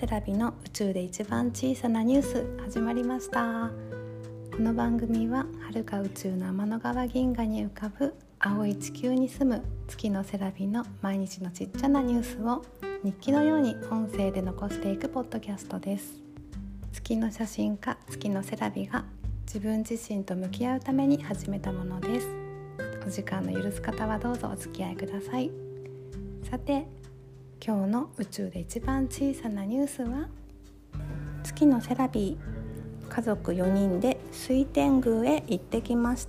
セラビの宇宙で一番小さなニュース始まりました。この番組は遥か宇宙の天の川銀河に浮かぶ青い地球に住む月のセラビの毎日のちっちゃなニュースを日記のように音声で残していくポッドキャストです。月の写真家月のセラビが自分自身と向き合うために始めたものです。お時間の許す方はどうぞお付き合いください。さて、今日の宇宙で一番小さなニュースは、月のセラビ家族4人で水天宮へ行ってきました。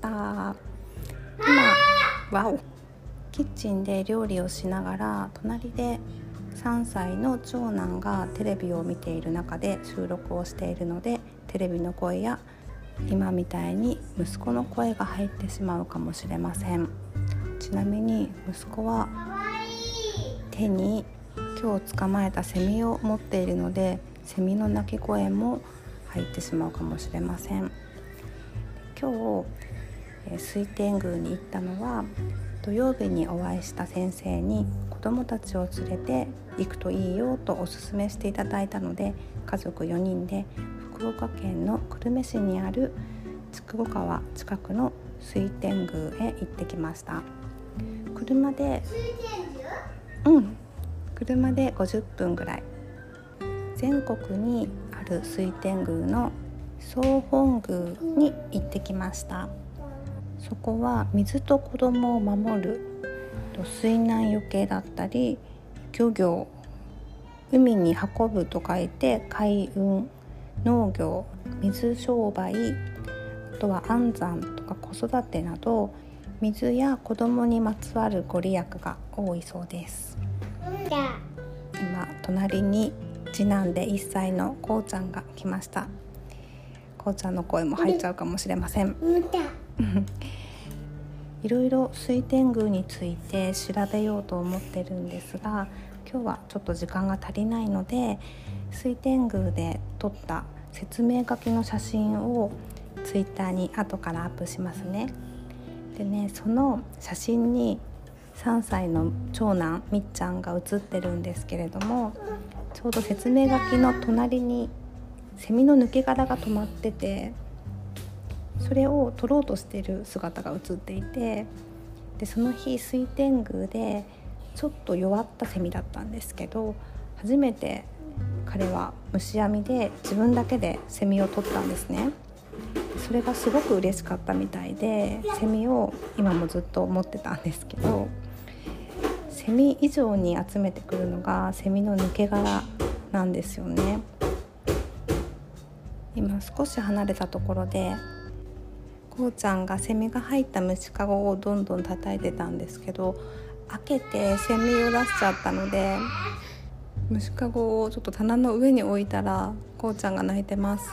今キッチンで料理をしながら、隣で3歳の長男がテレビを見ている中で収録をしているので、テレビの声や今みたいに息子の声が入ってしまうかもしれません。ちなみに息子は手に今日捕まえたセミを持っているので、セミの鳴き声も入ってしまうかもしれません。今日水天宮に行ったのは、土曜日にお会いした先生に子どもたちを連れて行くといいよとお勧めしていただいたので、家族4人で福岡県の久留米市にある筑後川近くの水天宮へ行ってきました。車で50分ぐらい。全国にある水天宮の総本宮に行ってきました。そこは水と子供を守る水難よけだったり、漁業、海に運ぶと書いて海運、農業、水商売、あとは安産とか子育てなど、水や子供にまつわるご利益が多いそうです。今隣に次男で1歳のこうちゃんが来ました。こうちゃんの声も入っちゃうかもしれません。いろいろ水天宮について調べようと思ってるんですが、今日はちょっと時間が足りないので、水天宮で撮った説明書きの写真をツイッターに後からアップしますね。でね、その写真に3歳の長男みっちゃんが写ってるんですけれども、ちょうど説明書きの隣にセミの抜け殻が止まってて、それを取ろうとしている姿が写っていて、でその日水天宮でちょっと弱ったセミだったんですけど、初めて彼は虫網で自分だけでセミを取ったんですね。それがすごく嬉しかったみたいで、セミを今もずっと持ってたんですけど、セミ以上に集めてくるのがセミの抜け殻なんですよね。今少し離れたところでこうちゃんがセミが入った虫かごをどんどん叩いてたんですけど、開けてセミを出しちゃったので、虫かごをちょっと棚の上に置いたらこうちゃんが泣いてます。で、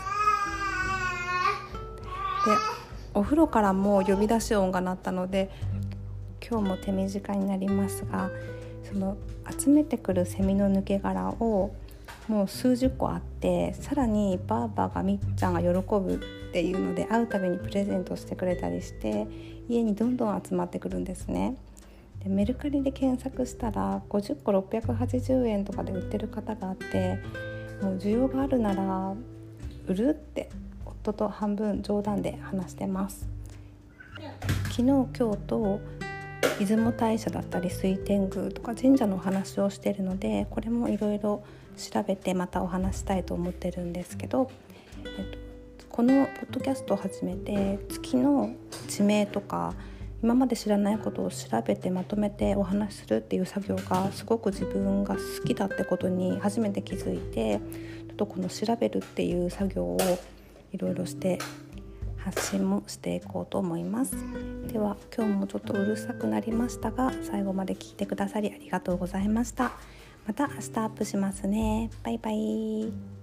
お風呂からも呼び出し音が鳴ったので、今日も手短になりますが、その集めてくるセミの抜け殻をもう数十個あって、さらにばあばがみっちゃんが喜ぶっていうので、会うたびにプレゼントしてくれたりして、家にどんどん集まってくるんですね。でメルカリで検索したら50個680円とかで売ってる方があって、もう需要があるなら売るって夫と半分冗談で話してます。昨日今日と出雲大社だったり水天宮とか神社のお話をしているので、これもいろいろ調べてまたお話したいと思ってるんですけど、このポッドキャストを始めて月の地名とか今まで知らないことを調べてまとめてお話しするっていう作業がすごく自分が好きだってことに初めて気づいて、ちょっとこの調べるっていう作業をいろいろして発信もしていこうと思います。では今日もちょっとうるさくなりましたが、最後まで聞いてくださりありがとうございました。また明日アップしますね。バイバイ。